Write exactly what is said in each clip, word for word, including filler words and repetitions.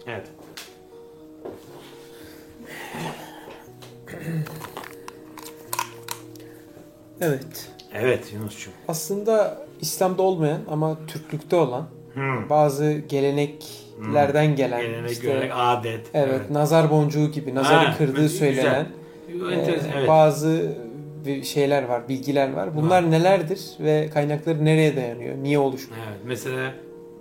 Evet. Evet. Evet Yunus'cum. Aslında İslam'da olmayan ama Türklükte olan Hmm. bazı geleneklerden hmm. gelen Gelenek, işte görenek, adet. evet, evet, nazar boncuğu gibi nazarı ha, kırdığı söylenen e, evet. bazı şeyler var, bilgiler var. Bunlar var. Nelerdir ve kaynakları nereye dayanıyor? Niye oluşmuş? Evet, mesela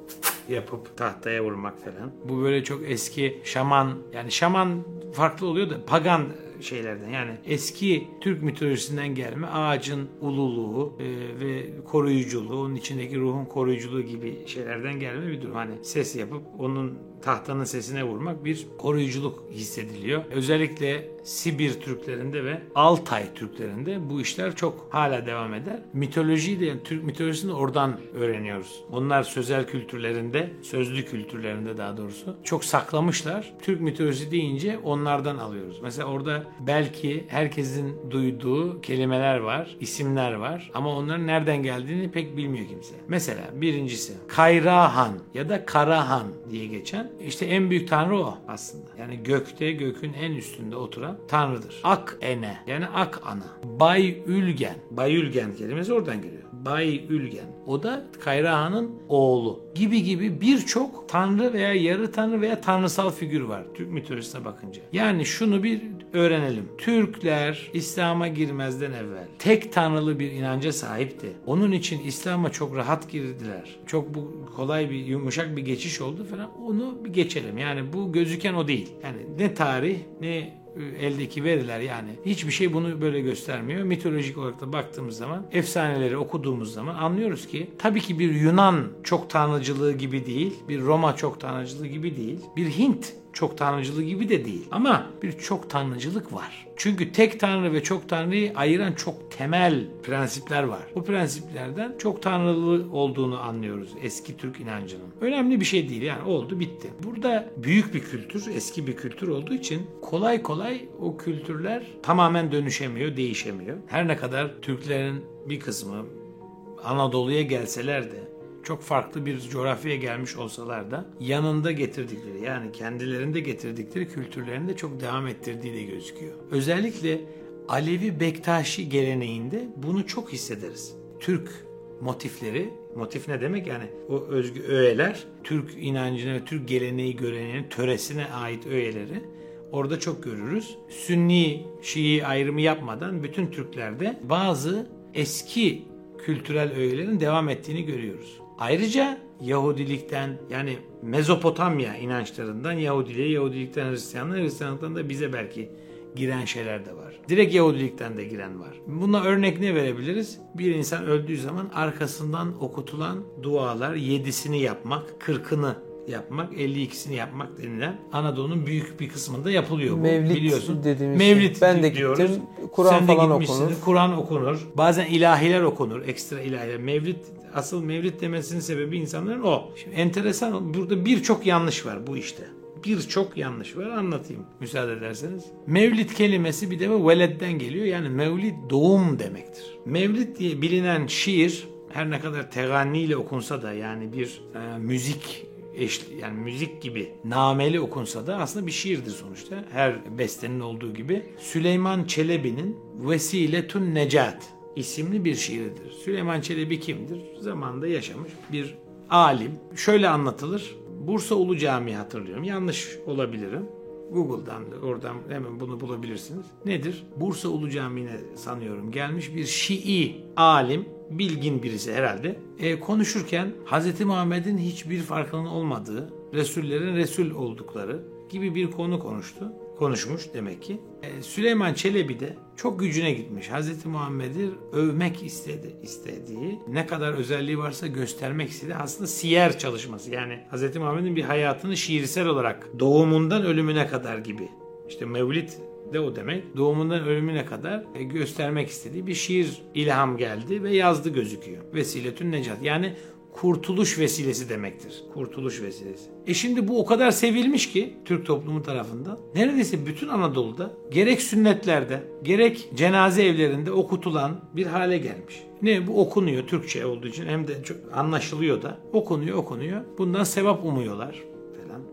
yapıp tahtaya vurmak falan. Bu böyle çok eski şaman, yani şaman farklı oluyor da pagan şeylerden, yani eski Türk mitolojisinden gelme ağacın ululuğu e, ve koruyuculuğu, onun içindeki ruhun koruyuculuğu gibi şeylerden gelme bir durum. Hani ses yapıp onun tahtanın sesine vurmak bir koruyuculuk hissediliyor. Özellikle Sibir Türklerinde ve Altay Türklerinde bu işler çok hala devam eder. Mitolojiyi de, yani Türk mitolojisini oradan öğreniyoruz. Onlar sözel kültürlerinde, sözlü kültürlerinde daha doğrusu çok saklamışlar. Türk mitolojisi deyince onlardan alıyoruz. Mesela orada belki herkesin duyduğu kelimeler var, isimler var ama onların nereden geldiğini pek bilmiyor kimse. Mesela birincisi Kayrahan ya da Karahan diye geçen, işte en büyük tanrı o aslında. Yani gökte, gökün en üstünde oturan tanrıdır. Ak-ene, yani Ak-ana. Bay-ülgen, Bay-ülgen kelimesi oradan geliyor. Bay-ülgen. O da Kayrahan'ın oğlu. Gibi gibi birçok tanrı veya yarı tanrı veya tanrısal figür var Türk mitolojisine bakınca. Yani şunu bir öğrenelim. Türkler İslam'a girmezden evvel tek tanrılı bir inanca sahipti. Onun için İslam'a çok rahat girdiler. Çok bu kolay bir, yumuşak bir geçiş oldu falan. Onu bir geçelim. Yani bu gözüken o değil. Yani ne tarih ne eldeki veriler, yani hiçbir şey bunu böyle göstermiyor. Mitolojik olarak da baktığımız zaman, efsaneleri okuduğumuz zaman anlıyoruz ki tabii ki bir Yunan çok tanrıcılığı gibi değil, bir Roma çok tanrıcılığı gibi değil, bir Hint çok tanrıcılığı gibi de değil. Ama bir çok tanrıcılık var. Çünkü tek tanrı ve çok tanrıyı ayıran çok temel prensipler var. Bu prensiplerden çok tanrılı olduğunu anlıyoruz eski Türk inancının. Önemli bir şey değil, yani oldu bitti. Burada büyük bir kültür, eski bir kültür olduğu için kolay kolay o kültürler tamamen dönüşemiyor, değişemiyor. Her ne kadar Türklerin bir kısmı Anadolu'ya gelseler de, çok farklı bir coğrafyaya gelmiş olsalar da yanında getirdikleri, yani kendilerinde getirdikleri kültürlerini de çok devam ettirdiği de gözüküyor. Özellikle Alevi Bektaşi geleneğinde bunu çok hissederiz. Türk motifleri, motif ne demek? Yani o özgü öğeler, Türk inancına ve Türk geleneği göreneğinin töresine ait öğeleri orada çok görürüz. Sünni, Şii ayrımı yapmadan bütün Türklerde bazı eski kültürel öğelerin devam ettiğini görüyoruz. Ayrıca Yahudilikten, yani Mezopotamya inançlarından Yahudiliğe, Yahudilikten Hristiyanlığa, Hristiyanlıktan da bize belki giren şeyler de var. Direkt Yahudilikten de giren var. Buna örnek ne verebiliriz? Bir insan öldüğü zaman arkasından okutulan dualar, yedisini yapmak, kırkını yapmak, elli ikisini yapmak denilen Anadolu'nun büyük bir kısmında yapılıyor bu. Mevlid biliyorsun. dediğimiz Mevlid şey. Ben de diyoruz. gittim. Kur'an falan okunur. Kur'an okunur. Bazen ilahiler okunur. Ekstra ilahiler. Mevlid, asıl mevlid demesinin sebebi insanların o. Şimdi enteresan, burada birçok yanlış var bu işte. Birçok yanlış var. Anlatayım müsaade ederseniz. Mevlid kelimesi bir de veledden geliyor. Yani mevlid doğum demektir. Mevlid diye bilinen şiir her ne kadar teganniyle okunsa da, yani bir e, müzik eşli, yani müzik gibi nameli okunsa da aslında bir şiirdir sonuçta. Her bestenin olduğu gibi. Süleyman Çelebi'nin Vesiletun Necat isimli bir şiiridir. Süleyman Çelebi kimdir? Zamanında yaşamış bir alim. Şöyle anlatılır. Bursa Ulu Camii hatırlıyorum. Yanlış olabilirim. Google'dan da oradan hemen bunu bulabilirsiniz. Nedir? Bursa Ulu Camii'ne sanıyorum gelmiş bir Şii alim, bilgin birisi herhalde. E, konuşurken Hz. Muhammed'in hiçbir farkının olmadığı, Resullerin Resul oldukları gibi bir konu konuştu. Konuşmuş demek ki. E, Süleyman Çelebi de çok gücüne gitmiş. Hz. Muhammed'i övmek istedi, istediği, ne kadar özelliği varsa göstermek istedi. Aslında siyer çalışması, yani Hz. Muhammed'in bir hayatını şiirsel olarak doğumundan ölümüne kadar gibi. İşte Mevlid de o demek. Doğumundan ölümüne kadar göstermek istediği bir şiir ilham geldi ve yazdı gözüküyor. Vesiletün Necat, yani kurtuluş vesilesi demektir. Kurtuluş vesilesi. E şimdi bu o kadar sevilmiş ki Türk toplumu tarafından, neredeyse bütün Anadolu'da gerek sünnetlerde gerek cenaze evlerinde okutulan bir hale gelmiş. Ne bu, okunuyor Türkçe olduğu için, hem de çok anlaşılıyor da, okunuyor okunuyor. Bundan sevap umuyorlar falan.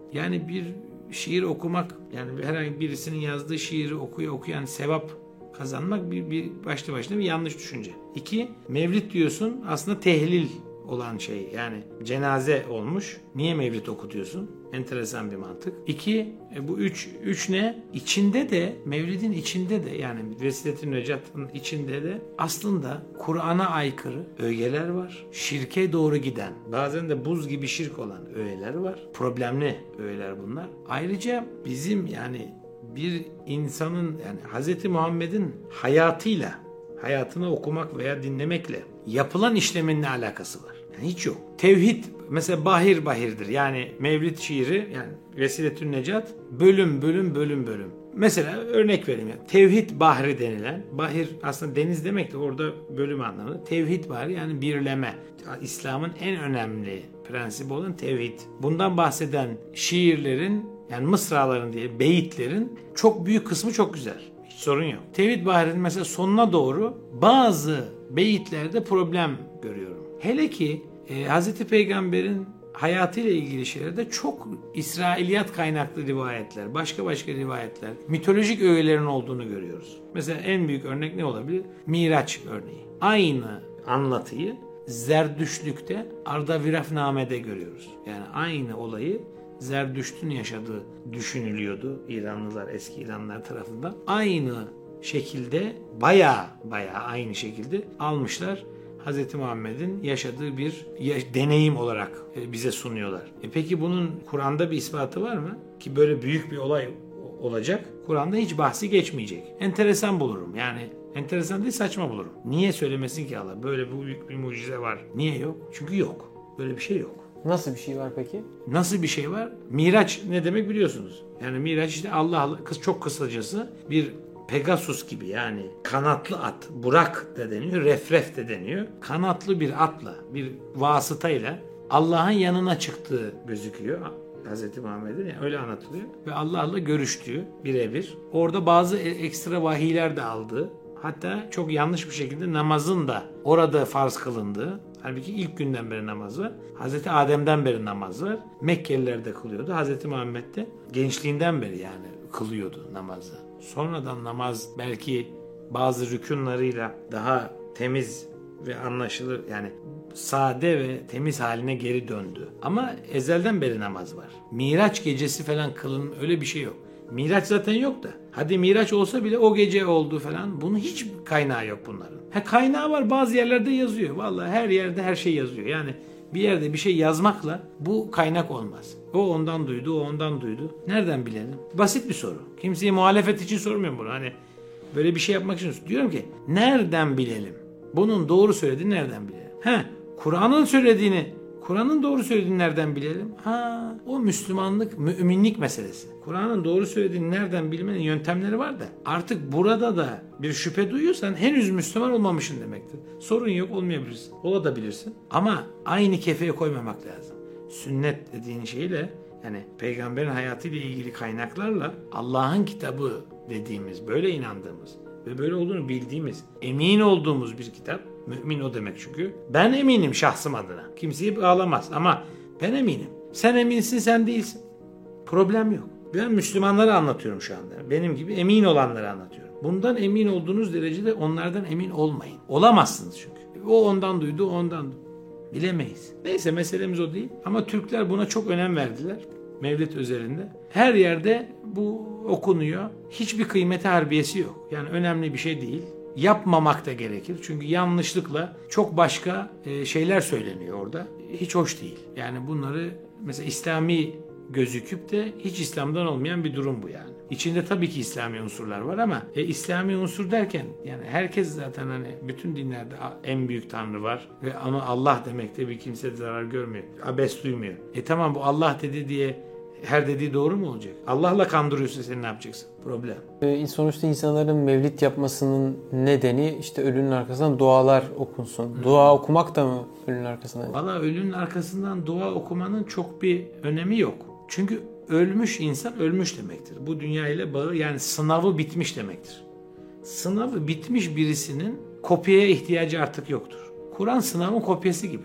Yani bir şiir okumak, yani herhangi birisinin yazdığı şiiri okuya okuyan sevap kazanmak bir, bir başlı başına bir yanlış düşünce. İki, mevlid diyorsun, aslında tehlil olan şey. Yani cenaze olmuş. Niye mevlid okutuyorsun? Enteresan bir mantık. İki, e bu üç, üç ne? İçinde de, mevlidin içinde de, yani Vesilet-i Necat'ın içinde de aslında Kur'an'a aykırı öğeler var. Şirke doğru giden, bazen de buz gibi şirk olan öğeler var. Problemli öğeler bunlar. Ayrıca bizim yani bir insanın, yani Hz. Muhammed'in hayatıyla, hayatını okumak veya dinlemekle yapılan işlemin ne alakası var? Yani hiç yok. Tevhid mesela bahir bahirdir. Yani mevlid şiiri, yani Vesiletün Necat bölüm bölüm bölüm bölüm. Mesela örnek vereyim. Yani. Tevhid bahri denilen, bahir aslında deniz demek de orada bölüm anlamında. Tevhid bahri yani birleme. İslam'ın en önemli prensibi olan tevhid. Bundan bahseden şiirlerin, yani mısraların diye beyitlerin çok büyük kısmı çok güzel. Hiç sorun yok. Tevhid bahrinin mesela sonuna doğru bazı beyitlerde problem görüyorum. Hele ki e, Hz. Peygamber'in hayatıyla ilgili şeylerde çok İsrailiyat kaynaklı rivayetler, başka başka rivayetler, mitolojik öğelerin olduğunu görüyoruz. Mesela en büyük örnek ne olabilir? Miraç örneği. Aynı anlatıyı Zerdüştlük'te Ardavirafname'de görüyoruz. Yani aynı olayı Zerdüşt'ün yaşadığı düşünülüyordu İranlılar, eski İranlılar tarafından. Aynı şekilde, baya baya aynı şekilde almışlar. Hz. Muhammed'in yaşadığı bir deneyim olarak bize sunuyorlar. E peki bunun Kur'an'da bir ispatı var mı? Ki böyle büyük bir olay olacak. Kur'an'da hiç bahsi geçmeyecek. Enteresan bulurum. Yani enteresan değil, saçma bulurum. Niye söylemesin ki Allah? Böyle büyük bir mucize var. Niye yok? Çünkü yok. Böyle bir şey yok. Nasıl bir şey var peki? Nasıl bir şey var? Miraç ne demek biliyorsunuz. Yani Miraç işte Allah, kız çok kısacası bir Pegasus gibi, yani kanatlı at, Burak da deniyor, Refref de deniyor. Kanatlı bir atla, bir vasıtayla Allah'ın yanına çıktığı gözüküyor. Hz. Muhammed'in yani öyle anlatılıyor. Ve Allah'la görüştüğü birebir. Orada bazı ekstra vahiyler de aldığı, hatta çok yanlış bir şekilde namazın da orada farz kılındığı. Halbuki ilk günden beri namaz var. Hazreti Adem'den beri namaz var. Mekkeliler de kılıyordu. Hazreti Muhammed de gençliğinden beri yani kılıyordu namazı. Sonradan namaz belki bazı rükünlarıyla daha temiz ve anlaşılır, yani sade ve temiz haline geri döndü. Ama ezelden beri namaz var. Miraç gecesi falan kılın, öyle bir şey yok. Miraç zaten yok da. Hadi Miraç olsa bile o gece oldu falan. Bunun hiç kaynağı yok bunların. Ha, kaynağı var, bazı yerlerde yazıyor. Vallahi her yerde her şey yazıyor. Yani bir yerde bir şey yazmakla bu kaynak olmaz. O ondan duydu, o ondan duydu. Nereden bilelim? Basit bir soru. Kimseye muhalefet için sormuyorum bunu. Hani böyle bir şey yapmak için diyorum ki nereden bilelim? Bunun doğru söylediğini nereden bilelim? Ha, Kur'an'ın söylediğini, Kur'an'ın doğru söylediğini nereden bilelim? Ha, o Müslümanlık, müminlik meselesi. Kur'an'ın doğru söylediğini nereden bilmenin yöntemleri var da artık burada da bir şüphe duyuyorsan henüz Müslüman olmamışsın demektir. Sorun yok, olmayabilirsin. Olabilirsin. Ama aynı kefeye koymamak lazım. Sünnet dediğin şeyle, yani peygamberin hayatıyla ilgili kaynaklarla Allah'ın kitabı dediğimiz, böyle inandığımız ve böyle olduğunu bildiğimiz, emin olduğumuz bir kitap. Mümin o demek çünkü. Ben eminim şahsım adına. Kimseyi bağlamaz ama ben eminim. Sen eminsin, sen değilsin. Problem yok. Ben Müslümanları anlatıyorum şu anda. Benim gibi emin olanları anlatıyorum. Bundan emin olduğunuz derecede onlardan emin olmayın. Olamazsınız çünkü. O ondan duydu, o ondan duydu. Bilemeyiz. Neyse, meselemiz o değil. Ama Türkler buna çok önem verdiler. Mevlid özelinde. Her yerde bu okunuyor. Hiçbir kıymeti harbiyesi yok. Yani önemli bir şey değil. Yapmamak da gerekir. Çünkü yanlışlıkla çok başka şeyler söyleniyor orada. Hiç hoş değil. Yani bunları mesela İslami gözüküp de hiç İslam'dan olmayan bir durum bu yani. İçinde tabii ki İslami unsurlar var ama e, İslami unsur derken yani herkes zaten, hani bütün dinlerde en büyük Tanrı var ve ama Allah demekte bir kimse zarar görmüyor. Abes duymuyor. E tamam, bu Allah dedi diye her dediği doğru mu olacak? Allah'la kandırıyorsa sen ne yapacaksın? Problem. Ee, sonuçta insanların mevlid yapmasının nedeni işte ölünün arkasından dualar okunsun. Hı. Dua okumak da mı ölünün arkasından? Valla ölünün arkasından dua okumanın çok bir önemi yok. Çünkü ölmüş insan ölmüş demektir. Bu dünya ile bağı, yani sınavı bitmiş demektir. Sınavı bitmiş birisinin kopyaya ihtiyacı artık yoktur. Kur'an sınavın kopyası gibidir.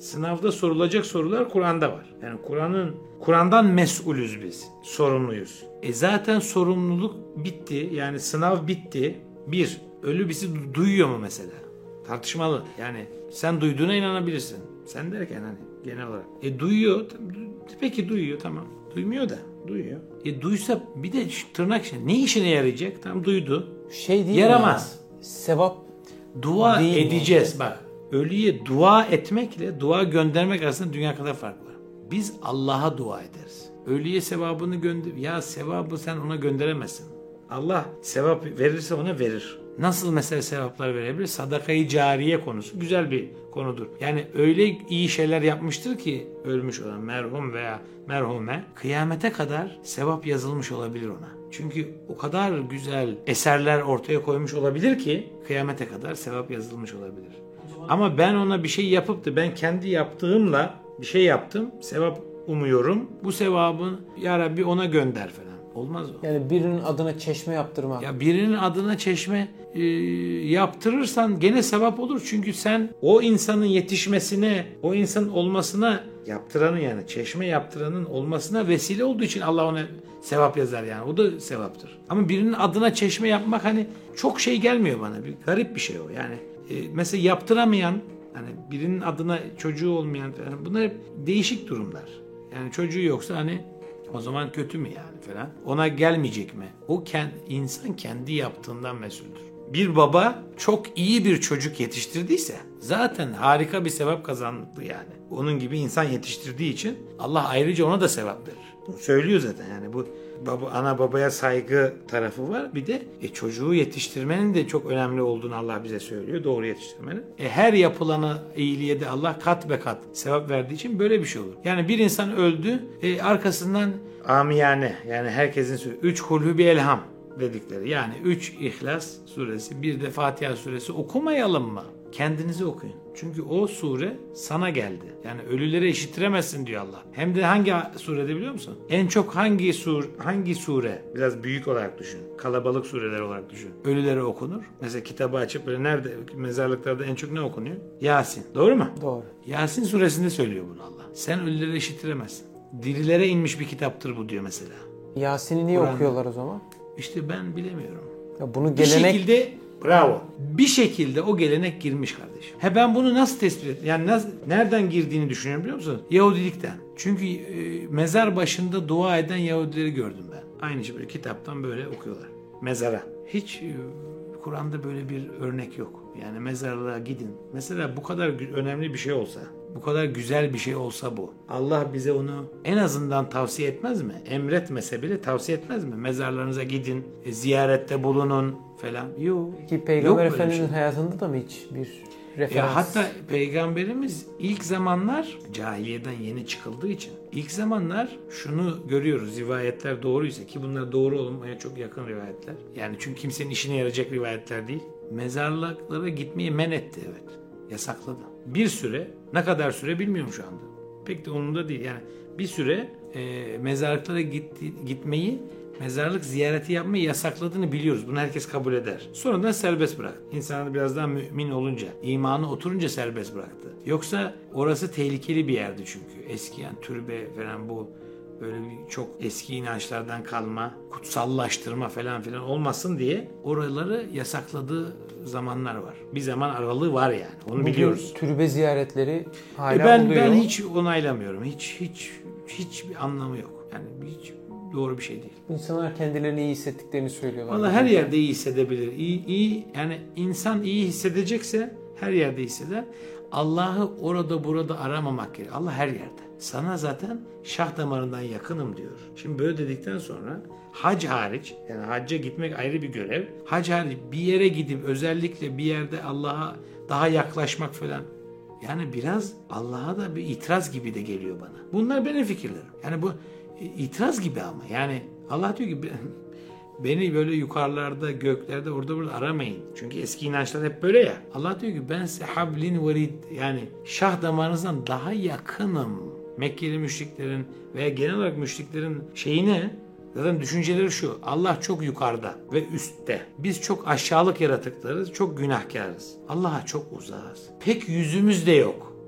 Sınavda sorulacak sorular Kur'an'da var. Yani Kur'an'ın Kur'an'dan mesulüz biz. Sorumluyuz. E zaten sorumluluk bitti. Yani sınav bitti. Bir, ölü bizi du- duyuyor mu mesela? Tartışmalı. Yani sen duyduğuna inanabilirsin. Sen derken hani genel olarak. E duyuyor. Peki duyuyor, tamam. Duymuyor da. Duyuyor. E duysa bir de şu tırnak şey. Ne işine yarayacak? Tam duydu. Şey değil Yaramaz. mi ya? Sevap Dua değil edeceğiz. mi? Bak. Ölüye dua etmekle dua göndermek arasında dünya kadar fark var. Biz Allah'a dua ederiz. Ölüye sevabını gönder. Ya sevabı sen ona gönderemezsin. Allah sevap verirse ona verir. Nasıl mesela sevaplar verebilir? Sadakayı cariye konusu güzel bir konudur. Yani öyle iyi şeyler yapmıştır ki ölmüş olan merhum veya merhume kıyamete kadar sevap yazılmış olabilir ona. Çünkü o kadar güzel eserler ortaya koymuş olabilir ki kıyamete kadar sevap yazılmış olabilir. Ama ben ona bir şey yapıp da ben kendi yaptığımla bir şey yaptım, sevap umuyorum. Bu sevabı ya Rabbi ona gönder falan. Olmaz o. Yani birinin adına çeşme yaptırmak. Ya birinin adına çeşme e, yaptırırsan gene sevap olur. Çünkü sen o insanın yetişmesine, o insanın olmasına yaptıranın yani çeşme yaptıranın olmasına vesile olduğu için Allah ona sevap yazar yani. O da sevaptır. Ama birinin adına çeşme yapmak hani çok şey gelmiyor bana. Bir garip bir şey o. Yani e, mesela yaptıramayan hani birinin adına çocuğu olmayan falan bunlar hep değişik durumlar. Yani çocuğu yoksa hani o zaman kötü mü yani falan? Ona gelmeyecek mi? O kendi, insan kendi yaptığından mesuldür. Bir baba çok iyi bir çocuk yetiştirdiyse zaten harika bir sevap kazandı yani. Onun gibi insan yetiştirdiği için Allah ayrıca ona da sevap verir. Bunu söylüyor zaten yani bu baba, ana babaya saygı tarafı var. Bir de e, çocuğu yetiştirmenin de çok önemli olduğunu Allah bize söylüyor. Doğru yetiştirmenin. E, her yapılana iyiliğe de Allah kat be kat sevap verdiği için böyle bir şey olur. Yani bir insan öldü e, arkasından amiyane yani herkesin söylediği üç kulhü bir elham dedikleri yani üç İhlas suresi bir de Fatiha suresi okumayalım mı? Kendinizi okuyun. Çünkü o sure sana geldi. Yani ölülere işittiremezsin diyor Allah. Hem de hangi surede biliyor musun? En çok hangi sur hangi sure? Biraz büyük olarak düşün. Kalabalık sureler olarak düşün. Ölülere okunur. Mesela kitabı açıp böyle nerede mezarlıklarda en çok ne okunuyor? Yasin. Doğru mu? Doğru. Yasin suresinde söylüyor bunu Allah. Sen ölülere işittiremezsin. Dirilere inmiş bir kitaptır bu diyor mesela. Yasin'i niye Kur'an'da. okuyorlar o zaman? İşte ben bilemiyorum. Ya bunu Bir gelenek şekilde bravo. Bir şekilde o gelenek girmiş kardeşim. He ben bunu nasıl tespit ettim? Yani nasıl, nereden girdiğini düşünüyorum biliyor musun? Yahudilikten. Çünkü e, mezar başında dua eden Yahudileri gördüm ben. Aynı şey böyle kitaptan böyle okuyorlar. Mezara. Hiç e, Kur'an'da böyle bir örnek yok. Yani mezarlığa gidin. Mesela bu kadar gü- önemli bir şey olsa, bu kadar güzel bir şey olsa bu. Allah bize onu en azından tavsiye etmez mi? Emretmese bile tavsiye etmez mi? Mezarlarınıza gidin, e, ziyarette bulunun falan. Yok. ki Yok Peygamber böyle bir Efendimiz'in şey. hayatında da mı hiç bir referans? Ya hatta Peygamberimiz ilk zamanlar cahiliyeden yeni çıkıldığı için ilk zamanlar şunu görüyoruz rivayetler doğruysa ki bunlar doğru olmaya çok yakın rivayetler. Yani çünkü kimsenin işine yarayacak rivayetler değil. Mezarlıklara gitmeyi men etti evet. Yasakladı. Bir süre ne kadar süre bilmiyorum şu anda. Pek de onun da değil. Yani bir süre e, mezarlıklara gitti, gitmeyi mezarlık ziyareti yapmayı yasakladığını biliyoruz. Bunu herkes kabul eder. Sonradan serbest bıraktı. İnsanlar biraz daha mümin olunca, imanı oturunca serbest bıraktı. Yoksa orası tehlikeli bir yerdi çünkü. Eski yani türbe falan bu böyle bir çok eski inançlardan kalma, kutsallaştırma falan filan olmasın diye oraları yasakladığı zamanlar var. Bir zaman aralığı var yani. Onu Bugün biliyoruz. türbe ziyaretleri hala E ben oluyor. ben hiç onaylamıyorum. Hiç hiç hiçbir anlamı yok. Yani hiç doğru bir şey değil. İnsanlar kendilerini iyi hissettiklerini söylüyorlar. Vallahi her yerde iyi hissedebilir. İyi, iyi yani insan iyi hissedecekse her yerde hisseder. Allah'ı orada burada aramamak gerekiyor. Allah her yerde. Sana zaten şah damarından yakınım diyor. Şimdi böyle dedikten sonra hac hariç yani hacca gitmek ayrı bir görev. Hac hariç bir yere gidip özellikle bir yerde Allah'a daha yaklaşmak falan yani biraz Allah'a da bir itiraz gibi de geliyor bana. Bunlar benim fikirlerim. Yani bu itiraz gibi ama yani Allah diyor ki beni böyle yukarılarda, göklerde, orada burada aramayın. Çünkü eski inançlar hep böyle ya. Allah diyor ki ben size hablin verid yani şah damarınızdan daha yakınım. Mekkeli müşriklerin veya genel olarak müşriklerin şeyi ne? Zaten düşünceleri şu. Allah çok yukarıda ve üstte. Biz çok aşağılık yaratıklarız, çok günahkarız. Allah'a çok uzağız. Pek yüzümüz de yok.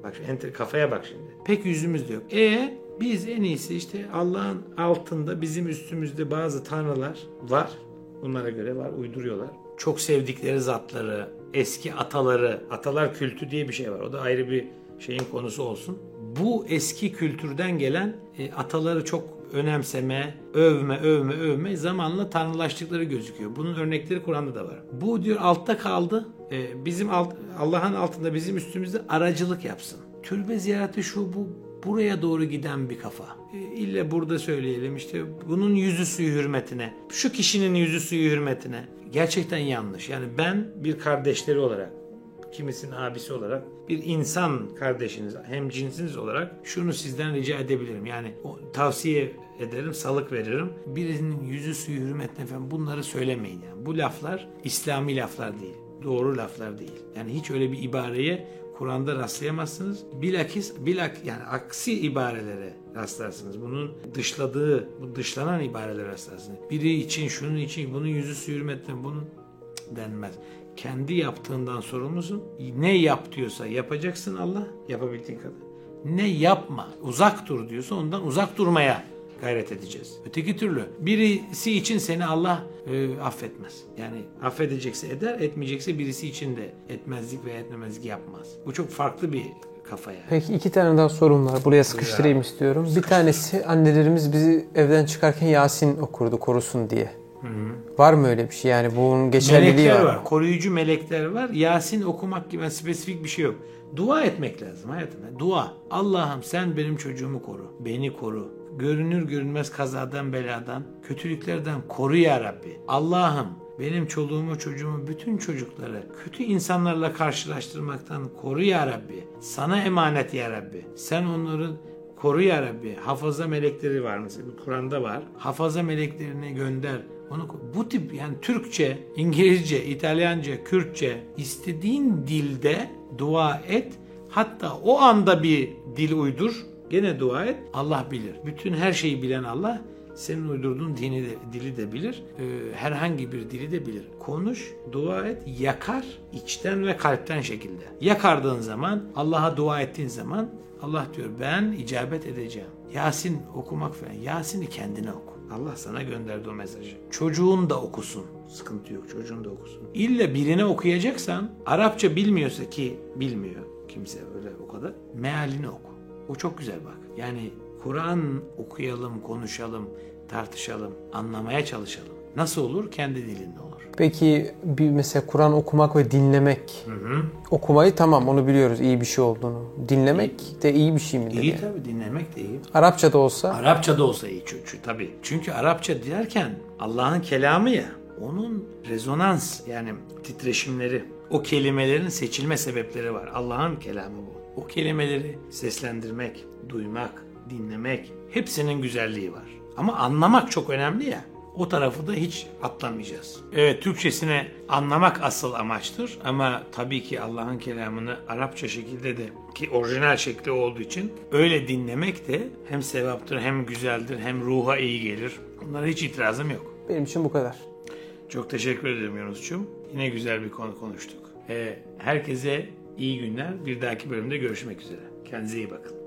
Bak şu enter, kafaya bak şimdi. Pek yüzümüz de yok. E biz en iyisi işte Allah'ın altında bizim üstümüzde bazı tanrılar var. Bunlara göre var, uyduruyorlar. Çok sevdikleri zatları, eski ataları, atalar kültü diye bir şey var. O da ayrı bir şeyin konusu olsun. Bu eski kültürden gelen e, ataları çok önemseme, övme, övme, övme zamanla tanrılaştıkları gözüküyor. Bunun örnekleri Kur'an'da da var. Bu diyor altta kaldı. E, bizim alt, Allah'ın altında bizim üstümüzde aracılık yapsın. Türbe ziyareti şu bu buraya doğru giden bir kafa. E, ille burada söyleyelim işte bunun yüzü suyu hürmetine, şu kişinin yüzü suyu hürmetine. Gerçekten yanlış. Yani ben bir kardeşleri olarak, kimisinin abisi olarak, bir insan kardeşiniz, hem cinsiniz olarak şunu sizden rica edebilirim. Yani o, tavsiye ederim, salık veririm. Birinin yüzü suyu hürmetine falan bunları söylemeyin. Yani. Bu laflar İslami laflar değil. Doğru laflar değil. Yani hiç öyle bir ibareye Kur'an'da rastlayamazsınız. Bilakis, bilak yani aksi ibarelere rastlarsınız. Bunun dışladığı, bu dışlanan ibarelere rastlarsınız. Biri için, şunun için, bunun yüzü suyu hürmetine, bunun cık, denmez. Kendi yaptığından sorumlusun. Ne yap diyorsa yapacaksın Allah, yapabildiğin kadar. Ne yapma, uzak dur diyorsa ondan uzak durmaya gayret edeceğiz. Öteki türlü birisi için seni Allah e, affetmez. Yani affedecekse eder, etmeyecekse birisi için de etmezlik veya etmemezlik yapmaz. Bu çok farklı bir kafa yani. Peki iki tane daha sorum var. Buraya sıkıştırayım Güzel. istiyorum. Bir tanesi annelerimiz bizi evden çıkarken Yasin okurdu korusun diye. Hı hı. Var mı öyle bir şey? Yani bunun geçerliliği melekler var. var. Koruyucu melekler var. Yasin okumak gibi spesifik bir şey yok. Dua etmek lazım hayatım. Dua. Allah'ım sen benim çocuğumu koru. Beni koru. Görünür görünmez kazadan beladan, kötülüklerden koru ya Rabbi. Allah'ım benim çoluğumu çocuğumu bütün çocukları kötü insanlarla karşılaştırmaktan koru ya Rabbi. Sana emanet ya Rabbi. Sen onları koru ya Rabbi. Hafaza melekleri var mesela. Kur'an'da var. Hafaza meleklerini gönder. Onu, bu tip yani Türkçe, İngilizce, İtalyanca, Kürtçe istediğin dilde dua et. Hatta o anda bir dil uydur. Gene dua et. Allah bilir. Bütün her şeyi bilen Allah senin uydurduğun dini de, dili de bilir. Ee, herhangi bir dili de bilir. Konuş, dua et, yakar içten ve kalpten şekilde. Yakardığın zaman, Allah'a dua ettiğin zaman Allah diyor ben icabet edeceğim. Yasin okumak falan. Yasin'i kendine oku. Allah sana gönderdi o mesajı. Çocuğun da okusun. Sıkıntı yok. Çocuğun da okusun. İlle birine okuyacaksan Arapça bilmiyorsa ki bilmiyor kimse öyle o kadar. Mealini oku. O çok güzel bak. Yani Kur'an okuyalım, konuşalım, tartışalım, anlamaya çalışalım. Nasıl olur? Kendi dilinde olur. Peki bir mesela Kur'an okumak ve dinlemek. Hı hı. Okumayı tamam onu biliyoruz iyi bir şey olduğunu. Dinlemek iyi. de iyi bir şey mi? İyi yani? Tabii dinlemek de iyi. Arapça da olsa? Arapça da olsa iyi çünkü tabii. Çünkü Arapça derken Allah'ın kelamı ya. Onun rezonans yani titreşimleri, o kelimelerin seçilme sebepleri var. Allah'ın kelamı bu. O kelimeleri seslendirmek, duymak, dinlemek hepsinin güzelliği var. Ama anlamak çok önemli ya. O tarafı da hiç atlamayacağız. Evet Türkçesine anlamak asıl amaçtır ama tabii ki Allah'ın kelamını Arapça şekilde de ki orijinal şekli olduğu için öyle dinlemek de hem sevaptır hem güzeldir hem ruha iyi gelir. Bunlara hiç itirazım yok. Benim için bu kadar. Çok teşekkür ederim Yunus'cum. Yine güzel bir konu konuştuk. Ee, herkese iyi günler. Bir dahaki bölümde görüşmek üzere. Kendinize iyi bakın.